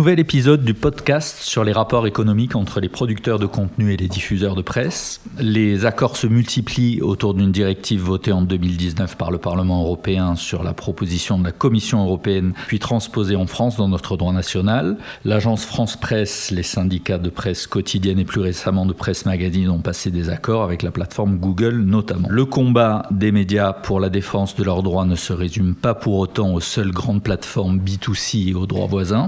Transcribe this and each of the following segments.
Nouvel épisode du podcast sur les rapports économiques entre les producteurs de contenu et les diffuseurs de presse. Les accords se multiplient autour d'une directive votée en 2019 par le Parlement européen sur la proposition de la Commission européenne, puis transposée en France dans notre droit national. L'agence France Presse, les syndicats de presse quotidienne et plus récemment de Presse Magazine ont passé des accords avec la plateforme Google notamment. Le combat des médias pour la défense de leurs droits ne se résume pas pour autant aux seules grandes plateformes B2C et aux droits voisins.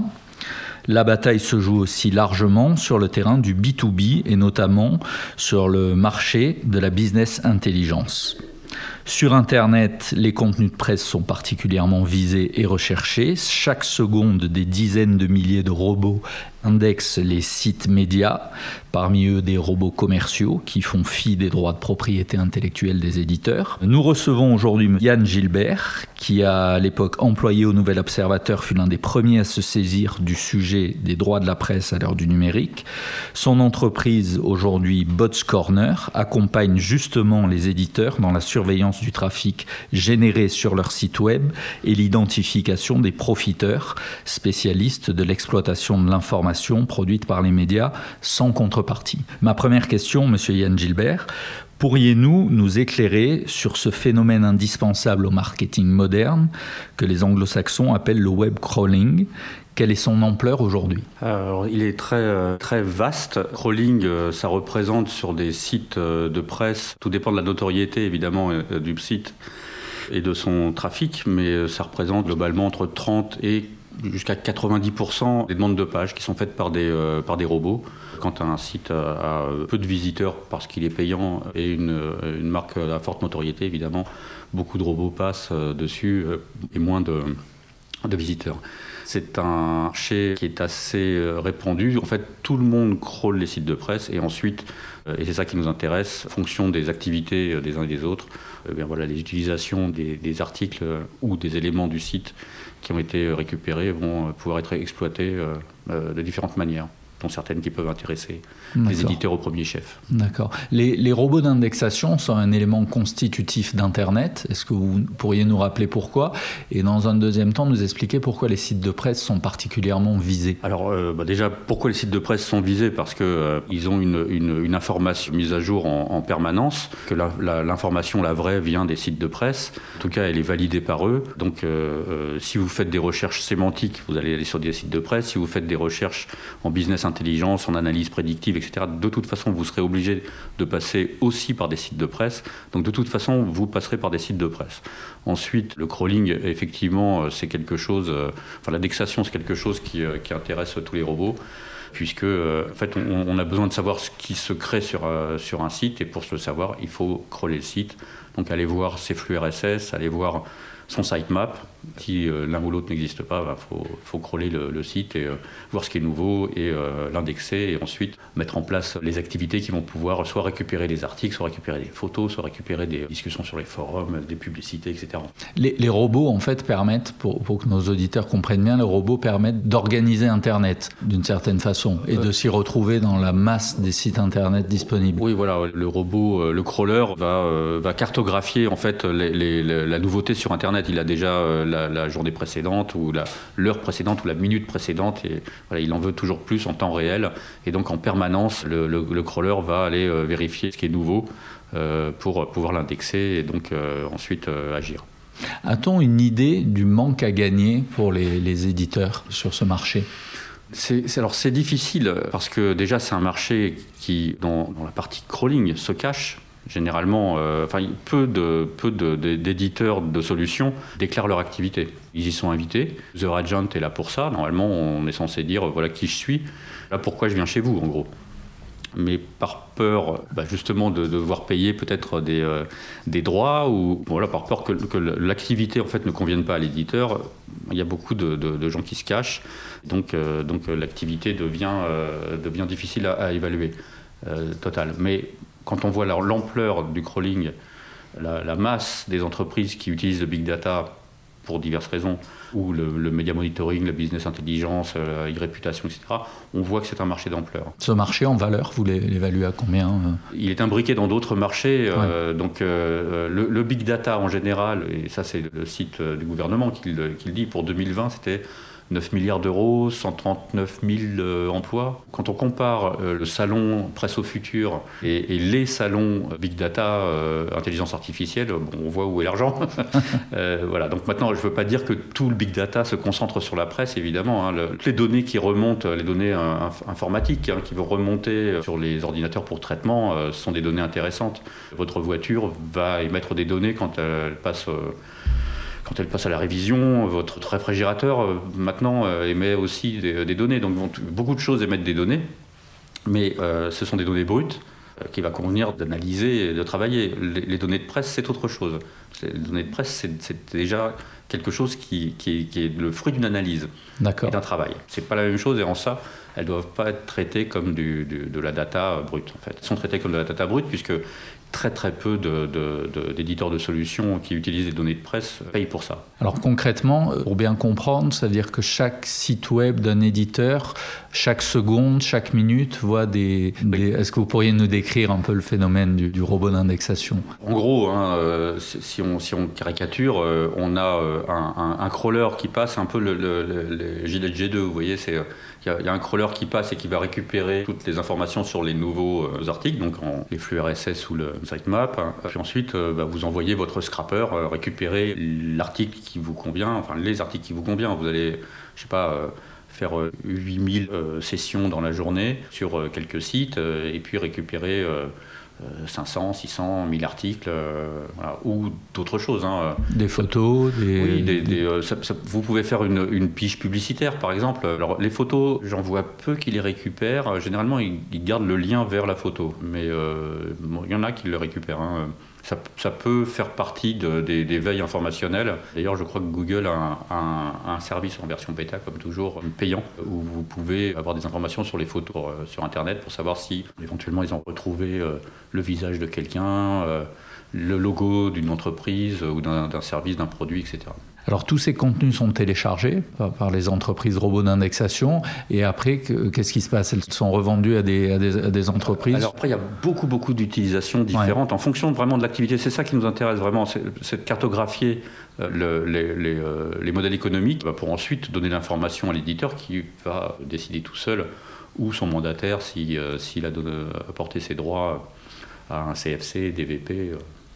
La bataille se joue aussi largement sur le terrain du B2B et notamment sur le marché de la business intelligence. Sur Internet, les contenus de presse sont particulièrement visés et recherchés. Chaque seconde, des dizaines de milliers de robots indexent les sites médias, parmi eux des robots commerciaux qui font fi des droits de propriété intellectuelle des éditeurs. Nous recevons aujourd'hui Yann Gilbert, qui à l'époque employé au Nouvel Observateur fut l'un des premiers à se saisir du sujet des droits de la presse à l'heure du numérique. Son entreprise, aujourd'hui Bots Corner, accompagne justement les éditeurs dans la surveillance du trafic généré sur leur site web et l'identification des profiteurs, spécialistes de l'exploitation de l'information produite par les médias sans contrepartie. Ma première question, monsieur Yann Gilbert, pourriez-vous nous éclairer sur ce phénomène indispensable au marketing moderne que les anglo-saxons appellent le web crawling? Quelle est son ampleur aujourd'hui? Alors, il est très vaste. Crawling, ça représente sur des sites de presse, tout dépend de la notoriété évidemment du site et de son trafic, mais ça représente globalement entre 30 et jusqu'à 90% des demandes de pages qui sont faites par des robots. Quand un site a peu de visiteurs parce qu'il est payant et une marque à forte notoriété, évidemment, beaucoup de robots passent dessus et moins de visiteurs. C'est un marché qui est assez répandu. En fait, tout le monde crawl les sites de presse et ensuite, et c'est ça qui nous intéresse, en fonction des activités des uns et des autres, les utilisations des articles ou des éléments du site qui ont été récupérés vont pouvoir être exploités de différentes manières, dont certaines qui peuvent intéresser les éditeurs au premier chef. D'accord. Les robots d'indexation sont un élément constitutif d'Internet. Est-ce que vous pourriez nous rappeler pourquoi? Et dans un deuxième temps, nous expliquer pourquoi les sites de presse sont particulièrement visés? Alors déjà, pourquoi les sites de presse sont visés? Parce qu'ils ont une information mise à jour en permanence, que l'information, la vraie, vient des sites de presse. En tout cas, elle est validée par eux. Donc si vous faites des recherches sémantiques, vous allez aller sur des sites de presse. Si vous faites des recherches en business intelligence, en analyse prédictive, etc., de toute façon, vous serez obligé de passer aussi par des sites de presse. Donc, de toute façon, vous passerez par des sites de presse. Ensuite, le crawling, effectivement, c'est quelque chose... l'indexation, c'est quelque chose qui intéresse tous les robots, puisque, en fait, on a besoin de savoir ce qui se crée sur un site, et pour le savoir, il faut crawler le site. Donc, aller voir ses flux RSS, aller voir son sitemap. Si l'un ou l'autre n'existe pas, faut crawler le site et voir ce qui est nouveau et l'indexer et ensuite mettre en place les activités qui vont pouvoir soit récupérer des articles, soit récupérer des photos, soit récupérer des discussions sur les forums, des publicités, etc. Les robots, en fait, permettent, pour que nos auditeurs comprennent bien, les robots permettent d'organiser Internet d'une certaine façon et de s'y retrouver dans la masse des sites Internet disponibles. Oui, voilà, le robot, le crawler va cartographier en fait la nouveauté sur Internet. Il a déjà la journée précédente ou l'heure précédente ou la minute précédente et voilà, il en veut toujours plus en temps réel et donc en permanence le crawler va aller vérifier ce qui est nouveau pour pouvoir l'indexer et donc ensuite agir. A-t-on une idée du manque à gagner pour les éditeurs sur ce marché ? Alors c'est difficile parce que déjà c'est un marché qui dans la partie crawling se cache. Généralement, peu d'éditeurs de solutions déclarent leur activité. Ils y sont invités. The Agent est là pour ça. Normalement, on est censé dire voilà qui je suis, là pourquoi je viens chez vous, en gros. Mais par peur, justement, de devoir payer peut-être des droits ou par peur que l'activité en fait ne convienne pas à l'éditeur, il y a beaucoup de gens qui se cachent. Donc l'activité devient difficile à évaluer total. Mais quand on voit l'ampleur du crawling, la masse des entreprises qui utilisent le big data pour diverses raisons, ou le media monitoring, la business intelligence, la e-réputation, etc., on voit que c'est un marché d'ampleur. Ce marché en valeur, vous l'évaluez à combien ? Il est imbriqué dans d'autres marchés. Donc le big data en général, et ça c'est le site du gouvernement qui le dit, pour 2020 c'était 9 milliards d'euros, 139 000 emplois. Quand on compare le salon Presse au futur et les salons Big Data, intelligence artificielle, on voit où est l'argent. Voilà. Donc maintenant, je ne veux pas dire que tout le Big Data se concentre sur la presse, évidemment. Toutes les données qui remontent, les données informatiques qui vont remonter sur les ordinateurs pour traitement, ce sont des données intéressantes. Votre voiture va émettre des données quand elle passe à la révision. Votre réfrigérateur, maintenant, émet aussi des données. Donc, beaucoup de choses émettent des données, mais ce sont des données brutes qu'il va convenir d'analyser et de travailler. Les données de presse, c'est autre chose. Les données de presse, c'est déjà quelque chose qui est le fruit d'une analyse et d'un travail. C'est pas la même chose, et en ça, elles ne doivent pas être traitées comme de la data brute. En fait. Elles sont traitées comme de la data brute, puisque très peu d'éditeurs de solutions qui utilisent les données de presse payent pour ça. Alors concrètement, pour bien comprendre, c'est-à-dire que chaque site web d'un éditeur, chaque seconde, chaque minute, voit des... Est-ce que vous pourriez nous décrire un peu le phénomène du robot d'indexation ? En gros, si on caricature, on a un crawler qui passe, un peu le gilet de G2, vous voyez, il y a un crawler qui passe et qui va récupérer toutes les informations sur les nouveaux articles, donc les flux RSS ou le sitemap. Puis ensuite, vous envoyez votre scrapper récupérer l'article qui vous convient, enfin les articles qui vous conviennent. Vous allez, je sais pas, faire 8000 sessions dans la journée sur quelques sites et puis récupérer 500, 600, 1000 articles voilà, ou d'autres choses. Des photos, Oui, vous pouvez faire une pige publicitaire, par exemple. Alors, les photos, j'en vois peu qui les récupèrent. Généralement, ils gardent le lien vers la photo. Mais il y en a qui le récupèrent. Ça peut faire partie des veilles informationnelles. D'ailleurs, je crois que Google a un service en version bêta, comme toujours, payant, où vous pouvez avoir des informations sur les photos sur Internet pour savoir si, éventuellement, ils ont retrouvé le visage de quelqu'un, le logo d'une entreprise ou d'un service, d'un produit, etc. Alors tous ces contenus sont téléchargés par les entreprises robots d'indexation, et après, qu'est-ce qui se passe ? Elles sont revendues à des entreprises ? Alors après, il y a beaucoup d'utilisations différentes en fonction vraiment de l'activité. C'est ça qui nous intéresse vraiment, c'est de cartographier les modèles économiques pour ensuite donner l'information à l'éditeur qui va décider tout seul ou son mandataire s'il a apporté ses droits à un CFC, DVP,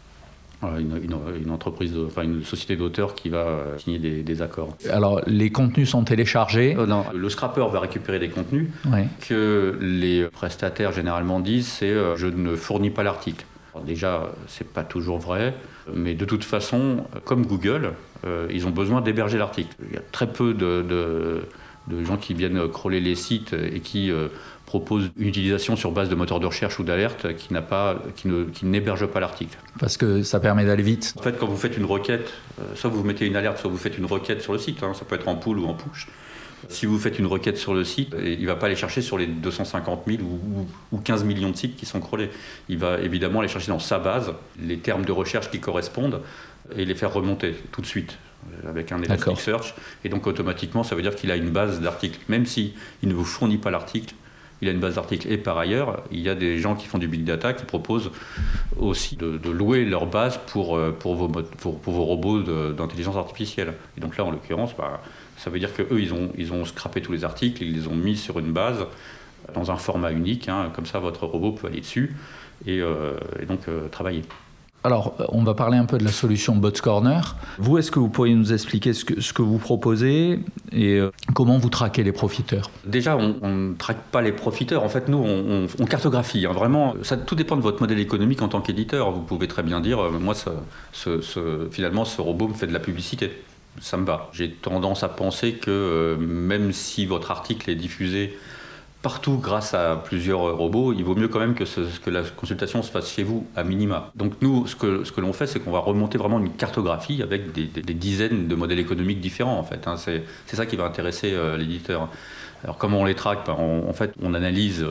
une entreprise, une société d'auteurs qui va signer des accords. Alors, les contenus sont téléchargés ? Non, le scrapper va récupérer des contenus que les prestataires généralement disent, c'est je ne fournis pas l'article. Alors déjà, c'est pas toujours vrai, mais de toute façon, comme Google, ils ont besoin d'héberger l'article. Il y a très peu de gens qui viennent crawler les sites et qui proposent une utilisation sur base de moteurs de recherche ou d'alerte qui n'héberge pas l'article. Parce que ça permet d'aller vite. En fait, quand vous faites une requête, soit vous mettez une alerte, soit vous faites une requête sur le site, ça peut être en pull ou en push. Si vous faites une requête sur le site, il ne va pas aller chercher sur les 250 000 ou 15 millions de sites qui sont crawlés. Il va évidemment aller chercher dans sa base les termes de recherche qui correspondent et les faire remonter tout de suite avec un Elasticsearch. Et donc automatiquement, ça veut dire qu'il a une base d'articles. Même s'il ne vous fournit pas l'article, il a une base d'articles. Et par ailleurs, il y a des gens qui font du big data qui proposent aussi de louer leur base pour vos robots d'intelligence artificielle. Et donc là, en l'occurrence, ça veut dire qu'eux, ils ont scrappé tous les articles, ils les ont mis sur une base dans un format unique. Comme ça, votre robot peut aller dessus et donc travailler. Alors, on va parler un peu de la solution Bots Corner. Vous, est-ce que vous pourriez nous expliquer ce que vous proposez et comment vous traquez les profiteurs ? Déjà, on ne traque pas les profiteurs. En fait, nous, on cartographie. Vraiment, ça, tout dépend de votre modèle économique en tant qu'éditeur. Vous pouvez très bien dire, moi, finalement, ce robot me fait de la publicité. Ça me va. J'ai tendance à penser que même si votre article est diffusé partout grâce à plusieurs robots, il vaut mieux quand même que la consultation se fasse chez vous à minima. Donc nous, ce que l'on fait, c'est qu'on va remonter vraiment une cartographie avec des dizaines de modèles économiques différents en fait. C'est ça qui va intéresser l'éditeur. Alors comment on les traque ? En fait, on analyse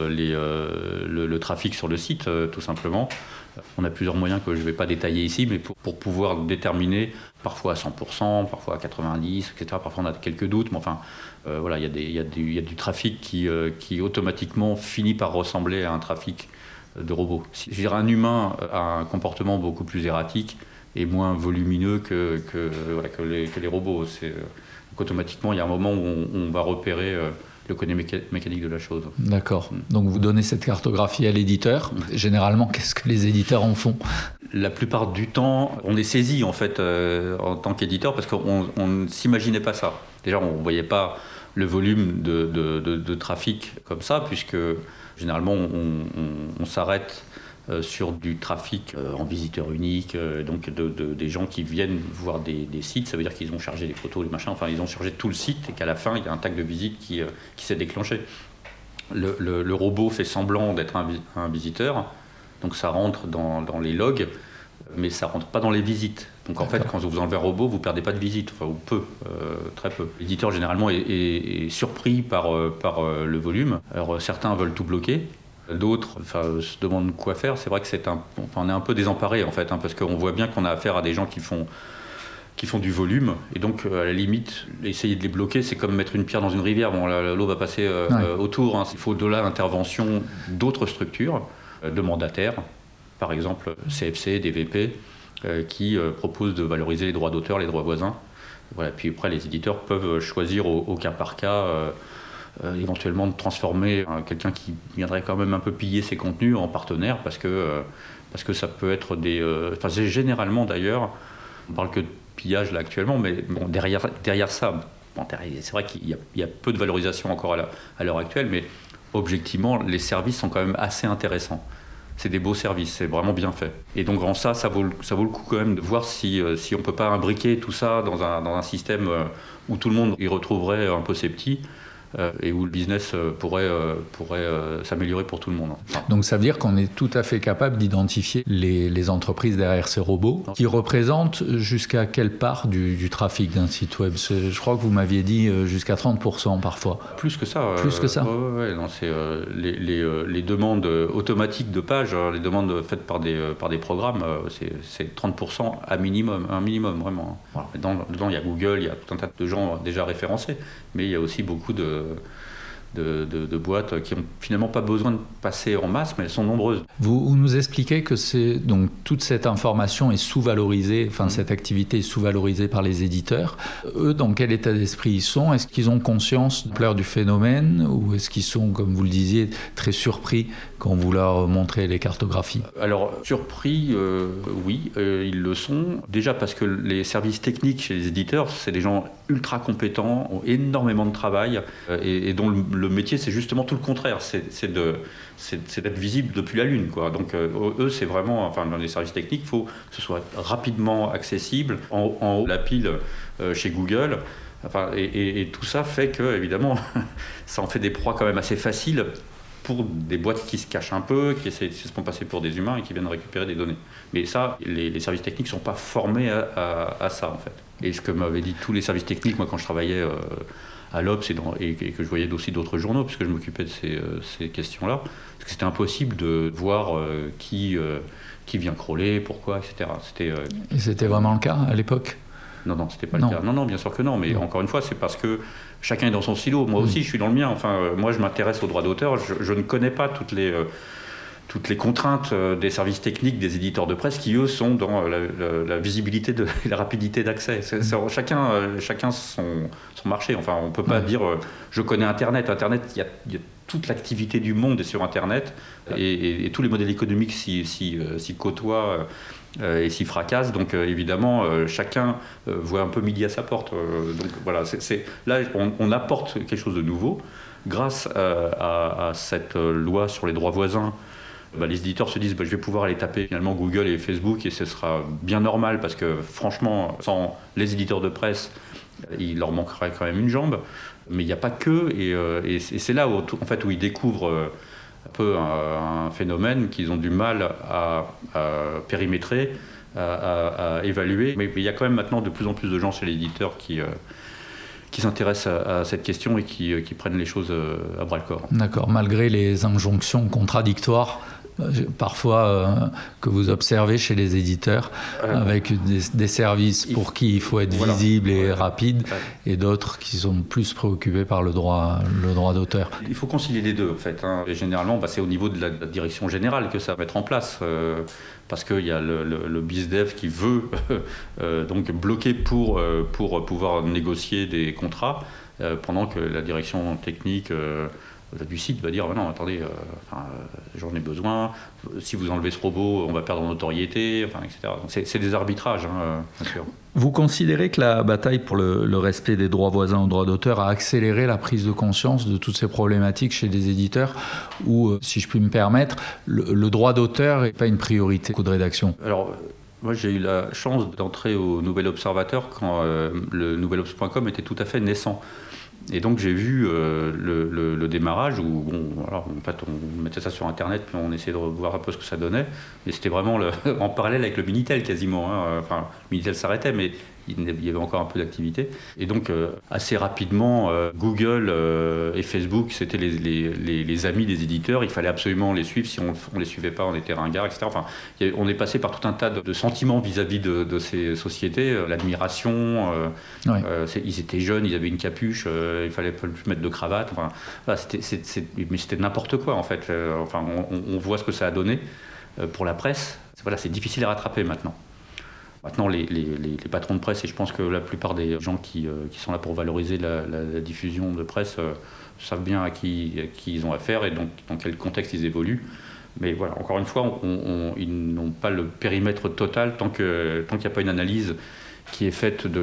le trafic sur le site tout simplement. On a plusieurs moyens que je ne vais pas détailler ici, mais pour pouvoir déterminer, parfois à 100%, parfois à 90%, etc. Parfois on a quelques doutes, mais enfin, voilà, il y a du trafic qui automatiquement finit par ressembler à un trafic de robots. Si un humain a un comportement beaucoup plus erratique, est moins volumineux que les robots. Donc automatiquement, il y a un moment où on va repérer le côté mécanique de la chose. D'accord. Donc vous donnez cette cartographie à l'éditeur. Généralement, qu'est-ce que les éditeurs en font ? La plupart du temps, on est saisi en fait en tant qu'éditeur parce qu'on ne s'imaginait pas ça. Déjà, on ne voyait pas le volume de trafic comme ça, puisque généralement on s'arrête sur du trafic en visiteur unique, donc des gens qui viennent voir des sites. Ça veut dire qu'ils ont chargé les photos, les machins, enfin ils ont chargé tout le site et qu'à la fin il y a un tag de visite qui s'est déclenché. Le robot fait semblant d'être un visiteur, donc ça rentre dans les logs, mais ça rentre pas dans les visites. Donc en fait, quand vous enlevez un robot, vous perdez pas de visite, enfin ou peu, très peu. L'éditeur généralement est surpris par le volume. Alors certains veulent tout bloquer. D'autres se demandent quoi faire. C'est vrai que on est un peu désemparés en fait, parce qu'on voit bien qu'on a affaire à des gens qui font du volume. Et donc, à la limite, essayer de les bloquer, c'est comme mettre une pierre dans une rivière. Bon, l'eau va passer autour. Il faut de là l'intervention d'autres structures, de mandataires, par exemple CFC, DVP, qui proposent de valoriser les droits d'auteur, les droits voisins. Voilà. Puis après, les éditeurs peuvent choisir au cas par cas éventuellement de transformer quelqu'un qui viendrait quand même un peu piller ses contenus en partenaire parce que ça peut être c'est généralement d'ailleurs, on parle que de pillage là actuellement, mais bon, derrière ça, c'est vrai qu'il y a peu de valorisation encore à l'heure actuelle, mais objectivement les services sont quand même assez intéressants. C'est des beaux services, c'est vraiment bien fait. Et donc en ça vaut le coup quand même de voir si on ne peut pas imbriquer tout ça dans un système où tout le monde y retrouverait un peu ses petits. Et où le business pourrait s'améliorer pour tout le monde. Donc ça veut dire qu'on est tout à fait capable d'identifier les entreprises derrière ces robots qui représentent jusqu'à quelle part du trafic d'un site web ? Je crois que vous m'aviez dit jusqu'à 30% parfois. Plus que ça. Plus que ça. Ouais, non, c'est les demandes automatiques de pages, les demandes faites par des programmes, c'est 30% un minimum vraiment. Voilà. Dedans, il y a Google, il y a tout un tas de gens déjà référencés, mais il y a aussi beaucoup de boîtes qui n'ont finalement pas besoin de passer en masse, mais elles sont nombreuses. Vous nous expliquez que donc toute cette information est sous-valorisée, cette activité est sous-valorisée par les éditeurs. Eux, dans quel état d'esprit ils sont ? Est-ce qu'ils ont conscience de l'ampleur du phénomène ou est-ce qu'ils sont, comme vous le disiez, très surpris quand vous leur montrez les cartographies ? Alors, surpris, oui, ils le sont. Déjà parce que les services techniques chez les éditeurs, c'est des gens ultra compétents, ont énormément de travail et dont le métier, c'est justement tout le contraire. C'est d'être visible depuis la Lune, quoi. Donc, eux, c'est vraiment... dans les services techniques, il faut que ce soit rapidement accessible. En haut, la pile chez Google... et tout ça fait que, évidemment, ça en fait des proies quand même assez faciles pour des boîtes qui se cachent un peu, qui se font passer pour des humains et qui viennent récupérer des données. Mais ça, les services techniques ne sont pas formés à ça, en fait. Et ce que m'avaient dit tous les services techniques, moi, quand je travaillais à l'Obs et que je voyais aussi d'autres journaux, puisque je m'occupais de ces questions-là, parce que c'était impossible de voir qui vient crawler, pourquoi, etc. Et c'était vraiment le cas à l'époque ? Non, c'était pas le cas. Non, bien sûr que non. Mais encore une fois, c'est parce que chacun est dans son silo. Moi aussi, je suis dans le mien. Moi, je m'intéresse aux droits d'auteur. Je ne connais pas toutes les contraintes des services techniques des éditeurs de presse qui, eux, sont dans la visibilité et la rapidité d'accès. Chacun son marché. On ne peut pas dire je connais Internet. Internet, il y a toute l'activité du monde est sur Internet et tous les modèles économiques s'y côtoient et s'y fracassent. Donc évidemment, chacun voit un peu midi à sa porte. Donc voilà, là, on apporte quelque chose de nouveau grâce à cette loi sur les droits voisins. Les éditeurs se disent je vais pouvoir aller taper finalement Google et Facebook et ce sera bien normal parce que franchement, sans les éditeurs de presse, il leur manquerait quand même une jambe. Mais il n'y a pas que, et c'est là où ils découvrent un peu un phénomène qu'ils ont du mal à périmétrer, à évaluer. Mais il y a quand même maintenant de plus en plus de gens chez l'éditeur qui s'intéressent à cette question et qui prennent les choses à bras-le-corps. D'accord, malgré les injonctions contradictoires parfois que vous observez chez les éditeurs, avec des services pour qui il faut être visible et rapide, et d'autres qui sont plus préoccupés par le droit d'auteur. Il faut concilier les deux, en fait. Et généralement, c'est au niveau de la direction générale que ça va mettre en place. Parce qu'il y a le BizDev qui veut donc bloquer pour pouvoir négocier des contrats, pendant que la direction technique du site va dire non, attendez, j'en ai besoin, si vous enlevez ce robot, on va perdre en notoriété, etc. Donc c'est des arbitrages, bien sûr. Vous considérez que la bataille pour le respect des droits voisins aux droits d'auteur a accéléré la prise de conscience de toutes ces problématiques chez les éditeurs, ou, si je puis me permettre, le droit d'auteur n'est pas une priorité de rédaction? Alors, moi, j'ai eu la chance d'entrer au Nouvel Observateur quand le nouvelobs.com était tout à fait naissant. Et donc j'ai vu le démarrage où en fait, on mettait ça sur Internet, puis on essayait de voir un peu ce que ça donnait. Et c'était vraiment en parallèle avec le Minitel quasiment. Le Minitel s'arrêtait, mais il y avait encore un peu d'activité. Et donc assez rapidement, Google et Facebook, c'était les amis des éditeurs. Il fallait absolument les suivre. Si on ne les suivait pas, on était ringards, etc. On est passé par tout un tas de sentiments vis-à-vis de ces sociétés. L'admiration, ils étaient jeunes, ils avaient une capuche, il fallait pas plus mettre de cravate. Mais c'était n'importe quoi, en fait. On voit ce que ça a donné pour la presse. C'est difficile à rattraper maintenant. Maintenant, les patrons de presse, et je pense que la plupart des gens qui sont là pour valoriser la diffusion de presse savent bien à qui ils ont affaire et donc dans quel contexte ils évoluent. Mais voilà, encore une fois, ils n'ont pas le périmètre total tant qu'il n'y a pas une analyse qui est faite de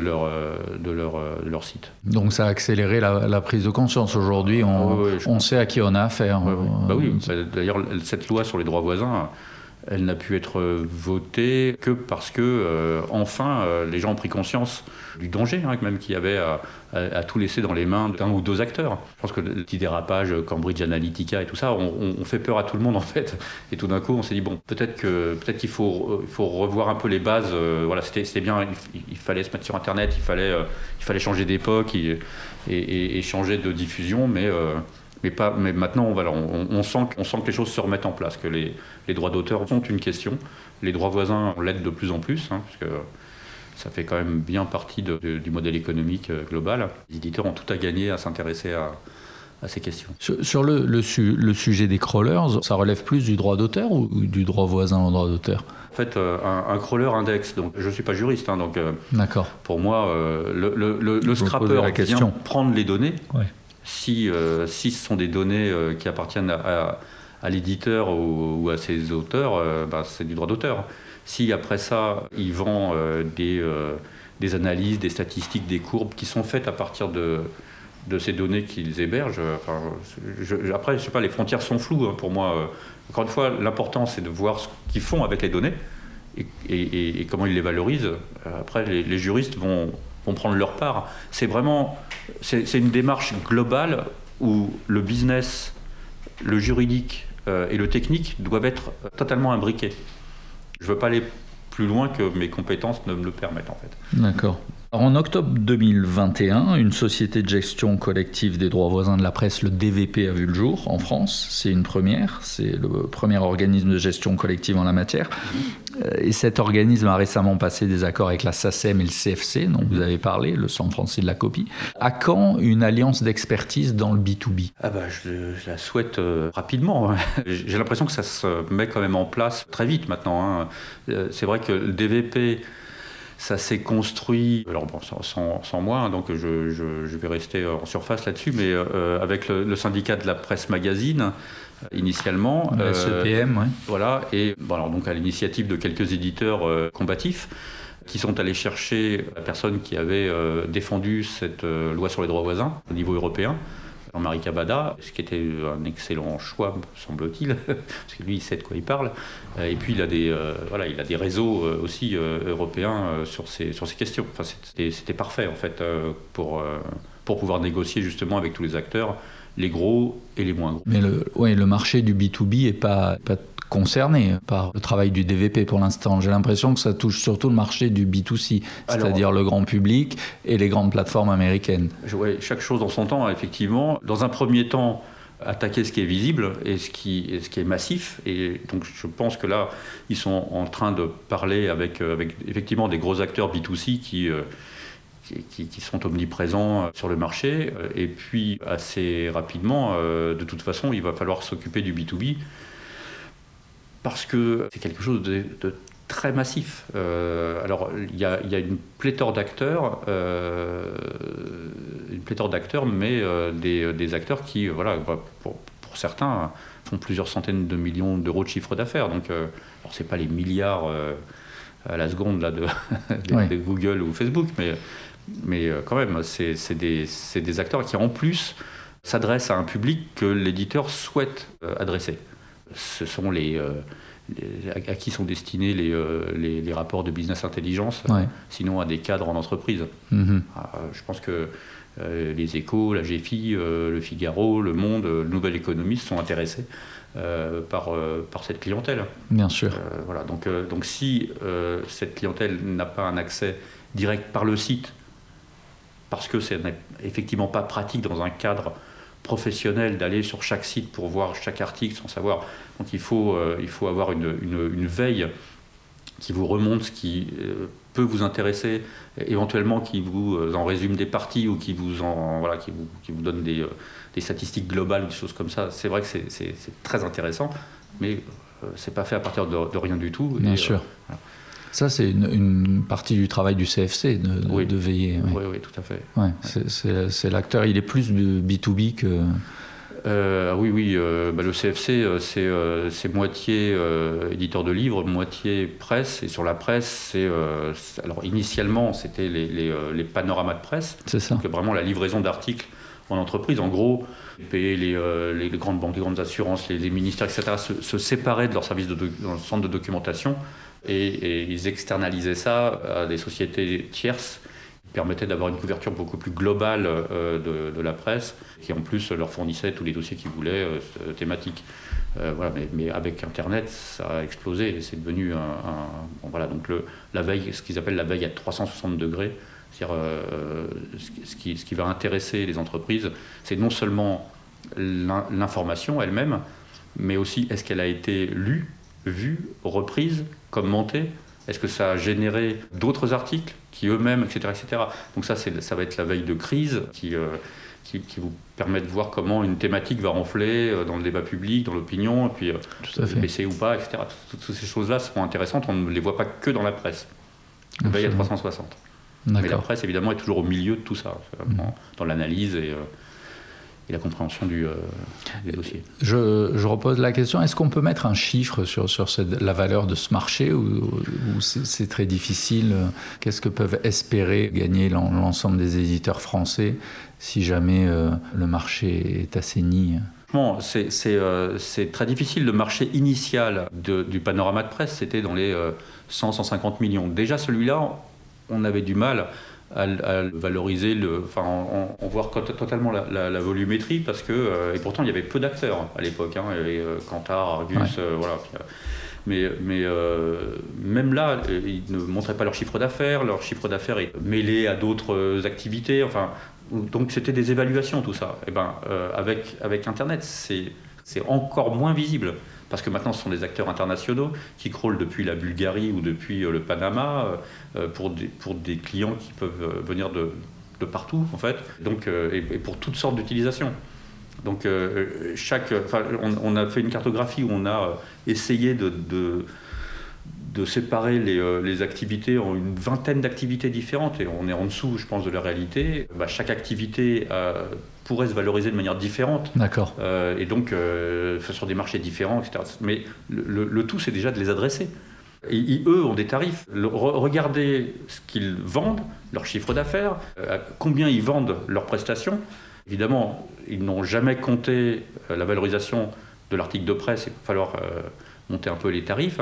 leur site. Donc ça a accéléré la prise de conscience. Aujourd'hui, on sait à qui on a affaire. Oui. D'ailleurs, cette loi sur les droits voisins, elle n'a pu être votée que parce que, enfin, les gens ont pris conscience du danger même qu'il y avait à tout laisser dans les mains d'un ou deux acteurs. Je pense que le petit dérapage, Cambridge Analytica et tout ça, on fait peur à tout le monde, en fait. Et tout d'un coup, on s'est dit, bon, peut-être qu'il faut revoir un peu les bases. C'était bien, il fallait se mettre sur Internet, il fallait changer d'époque et changer de diffusion, mais maintenant, on sent que les choses se remettent en place, que les droits d'auteur sont une question. Les droits voisins, on l'aide de plus en plus, parce que ça fait quand même bien partie du modèle économique global. Les éditeurs ont tout à gagner à s'intéresser à ces questions. Sur le sujet des crawlers, ça relève plus du droit d'auteur ou du droit voisin au droit d'auteur? En fait, un crawler indexe. Donc, je ne suis pas juriste, donc pour moi, le scrapper vient prendre les données. Ouais. Si ce sont des données qui appartiennent à l'éditeur ou à ses auteurs, c'est du droit d'auteur. Si après ça, il vend des analyses, des statistiques, des courbes qui sont faites à partir de ces données qu'ils hébergent, après, je sais pas, les frontières sont floues pour moi. Encore une fois, l'important, c'est de voir ce qu'ils font avec les données et comment ils les valorisent. Après, les juristes vont prendre leur part. C'est une démarche globale où le business, le juridique et le technique doivent être totalement imbriqués. Je ne veux pas aller plus loin que mes compétences ne me le permettent, en fait. D'accord. Alors, en octobre 2021, une société de gestion collective des droits voisins de la presse, le DVP, a vu le jour en France. C'est une première. C'est le premier organisme de gestion collective en la matière. Et cet organisme a récemment passé des accords avec la SACEM et le CFC, dont vous avez parlé, le Centre français de la copie. À quand une alliance d'expertise dans le B2B ? Je la souhaite rapidement. J'ai l'impression que ça se met quand même en place très vite maintenant. C'est vrai que le DVP, ça s'est construit, alors sans moi, donc je vais rester en surface là-dessus, mais avec le syndicat de la presse magazine, initialement. SEPM, oui. Voilà, et donc à l'initiative de quelques éditeurs combatifs, qui sont allés chercher la personne qui avait défendu cette loi sur les droits voisins au niveau européen, Jean-Marie Cavada, ce qui était un excellent choix, semble-t-il, parce que lui, il sait de quoi il parle. Et puis, il a des réseaux aussi européens sur ces questions. Enfin, c'était parfait, en fait, pour pouvoir négocier justement avec tous les acteurs, les gros et les moins gros. Mais le marché du B2B n'est pas concerné par le travail du DVP pour l'instant. J'ai l'impression que ça touche surtout le marché du B2C, c'est-à-dire le grand public et les grandes plateformes américaines. Chaque chose en son temps, effectivement. Dans un premier temps, attaquer ce qui est visible et ce qui est massif. Et donc je pense que là, ils sont en train de parler avec effectivement des gros acteurs B2C qui sont omniprésents sur le marché. Et puis assez rapidement, de toute façon, il va falloir s'occuper du B2B parce que c'est quelque chose de très massif. Alors il y a une pléthore d'acteurs, mais des acteurs qui, voilà, pour certains, font plusieurs centaines de millions d'euros de chiffre d'affaires. Donc, alors c'est pas les milliards à la seconde là de Google ou Facebook, mais quand même, c'est des acteurs qui en plus s'adressent à un public que l'éditeur souhaite adresser. Ce sont à qui sont destinés les rapports de business intelligence, sinon à des cadres en entreprise. Je pense que les Échos, la GFI, le Figaro, Le Monde, le Nouvel Économiste sont intéressés par cette clientèle. Bien sûr. Voilà, donc si cette clientèle n'a pas un accès direct par le site, parce que ce n'est effectivement pas pratique dans un cadre professionnel d'aller sur chaque site pour voir chaque article sans savoir. Donc il faut avoir une veille qui vous remonte ce qui peut vous intéresser, éventuellement qui vous en résume des parties ou qui vous donne des statistiques globales ou des choses comme ça. C'est vrai que c'est très intéressant, mais c'est pas fait à partir de rien du tout. Bien sûr. Voilà. Ça, c'est une partie du travail du CFC, de veiller. Oui, tout à fait. Ouais, c'est l'acteur, il est plus B2B que... le CFC, c'est moitié éditeur de livres, moitié presse. Et sur la presse, alors initialement, c'était les panoramas de presse. C'est ça. Donc vraiment la livraison d'articles en entreprise. En gros, les grandes banques, les grandes assurances, les ministères, etc., se séparaient de leurs services dans le centre de documentation et ils externalisaient ça à des sociétés tierces qui permettaient d'avoir une couverture beaucoup plus globale de la presse, qui en plus leur fournissait tous les dossiers qu'ils voulaient, thématiques. Mais avec Internet, ça a explosé et c'est devenu donc la veille, ce qu'ils appellent la veille à 360 degrés. C'est-à-dire, ce qui va intéresser les entreprises, c'est non seulement l'information elle-même, mais aussi est-ce qu'elle a été lue, vue, reprise, commentée, est-ce que ça a généré d'autres articles qui eux-mêmes, etc. Donc ça va être la veille de crise qui vous permet de voir comment une thématique va renfler dans le débat public, dans l'opinion, et puis baisser ou pas, etc. Toutes ces choses-là seront intéressantes, on ne les voit pas que dans la presse. Veille à 360. D'accord. Mais la presse, évidemment, est toujours au milieu de tout ça, dans l'analyse et la compréhension des dossiers. Je repose la question, est-ce qu'on peut mettre un chiffre sur la valeur de ce marché ou c'est très difficile? Qu'est-ce que peuvent espérer gagner l'ensemble des éditeurs français si jamais le marché est assaini? Bon, c'est très difficile. Le marché initial du panorama de presse, c'était dans les 100-150 millions. Déjà, celui-là, on avait du mal à valoriser, en voir totalement la volumétrie, parce que, et pourtant il y avait peu d'acteurs à l'époque, il y avait Kantar, Argus, voilà. Mais même là, ils ne montraient pas leur chiffre d'affaires est mêlé à d'autres activités, donc c'était des évaluations tout ça. Et avec Internet, c'est encore moins visible. Parce que maintenant, ce sont des acteurs internationaux qui crawlent depuis la Bulgarie ou depuis le Panama pour des clients qui peuvent venir de partout, en fait. Donc, et pour toutes sortes d'utilisations. Donc, on a fait une cartographie où on a essayé de séparer les activités en une vingtaine d'activités différentes, et on est en dessous, je pense, de la réalité. Chaque activité pourrait se valoriser de manière différente. D'accord. Et donc, sur des marchés différents, etc. Mais le tout, c'est déjà de les adresser. Et eux ont des tarifs. Regardez ce qu'ils vendent, leur chiffre d'affaires, combien ils vendent leurs prestations. Évidemment, ils n'ont jamais compté la valorisation de l'article de presse. Il va falloir monter un peu les tarifs.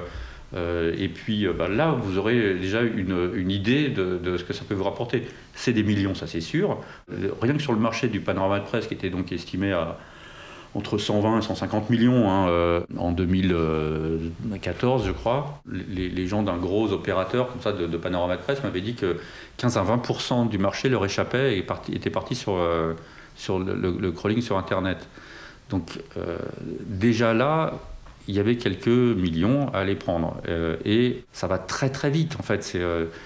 Et puis là, vous aurez déjà une idée de ce que ça peut vous rapporter. C'est des millions, ça c'est sûr. Rien que sur le marché du panorama de presse, qui était donc estimé à entre 120 et 150 millions en 2014, je crois, les gens d'un gros opérateur comme ça de panorama de presse m'avaient dit que 15 à 20% du marché leur échappait et était parti sur le crawling sur Internet. Donc déjà là, il y avait quelques millions à aller prendre. Et ça va très très vite en fait.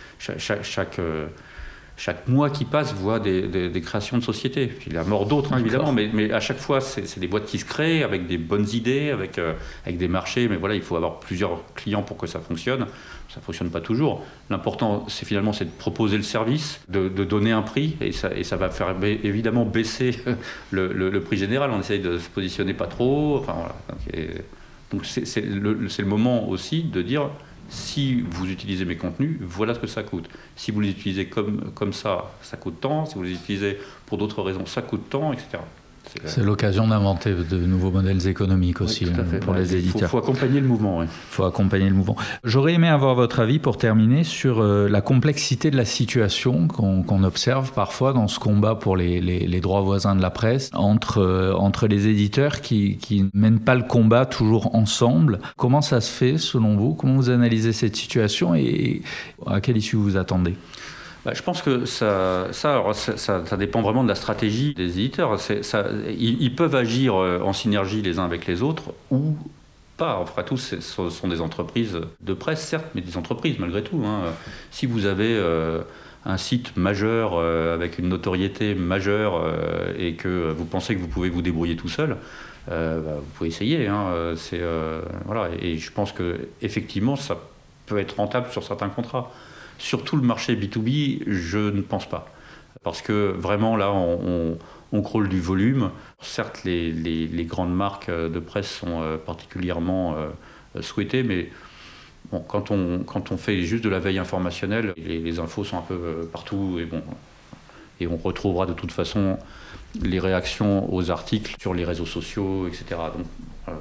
Chaque mois qui passe voit des créations de sociétés. Puis la mort d'autres, hein, évidemment, mais à chaque fois, c'est des boîtes qui se créent avec des bonnes idées, avec des marchés. Mais voilà, il faut avoir plusieurs clients pour que ça fonctionne. Ça ne fonctionne pas toujours. L'important, c'est de proposer le service, de donner un prix, et ça va faire évidemment baisser le prix général. On essaye de se positionner pas trop. Enfin, voilà. Donc c'est le moment aussi de dire... Si vous utilisez mes contenus, voilà ce que ça coûte. Si vous les utilisez comme ça, ça coûte tant. Si vous les utilisez pour d'autres raisons, ça coûte tant, etc. C'est l'occasion d'inventer de nouveaux modèles économiques aussi, oui, pour les éditeurs. Il faut accompagner le mouvement. Il faut accompagner le mouvement. J'aurais aimé avoir votre avis pour terminer sur la complexité de la situation qu'on observe parfois dans ce combat pour les droits voisins de la presse entre les éditeurs qui ne mènent pas le combat toujours ensemble. Comment ça se fait selon vous? Comment vous analysez cette situation et à quelle issue vous attendez? Je pense que ça dépend vraiment de la stratégie des éditeurs. Ils peuvent agir en synergie les uns avec les autres ou pas. Enfin, tous, ce sont des entreprises de presse, certes, mais des entreprises malgré tout. Hein. Si vous avez un site majeur avec une notoriété majeure et que vous pensez que vous pouvez vous débrouiller tout seul, vous pouvez essayer. Hein. Voilà. Et je pense qu'effectivement, ça peut être rentable sur certains contrats. Surtout le marché B2B, je ne pense pas. Parce que vraiment, là, on crawl du volume. Certes, les grandes marques de presse sont particulièrement souhaitées, mais bon, quand on fait juste de la veille informationnelle, les infos sont un peu partout. Et on retrouvera de toute façon les réactions aux articles sur les réseaux sociaux, etc. Donc,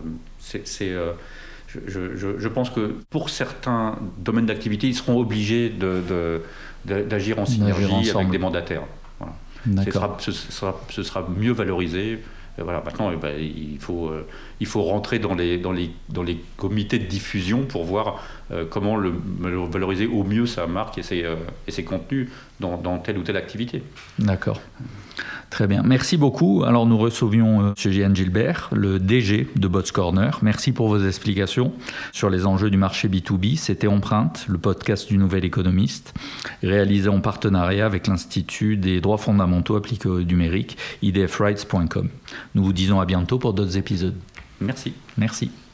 Je pense que pour certains domaines d'activité, ils seront obligés d'agir en synergie avec des mandataires. Voilà. Ce sera mieux valorisé. Voilà. Maintenant, il faut rentrer dans les comités de diffusion pour voir comment valoriser au mieux sa marque et ses contenus dans telle ou telle activité. D'accord. Très bien. Merci beaucoup. Alors, nous recevions M. Jehan Gilbert, le DG de Bots Corner. Merci pour vos explications sur les enjeux du marché B2B. C'était Empreinte, le podcast du Nouvel Économiste, réalisé en partenariat avec l'Institut des droits fondamentaux appliqués au numérique, idfrights.com. Nous vous disons à bientôt pour d'autres épisodes. Merci. Merci.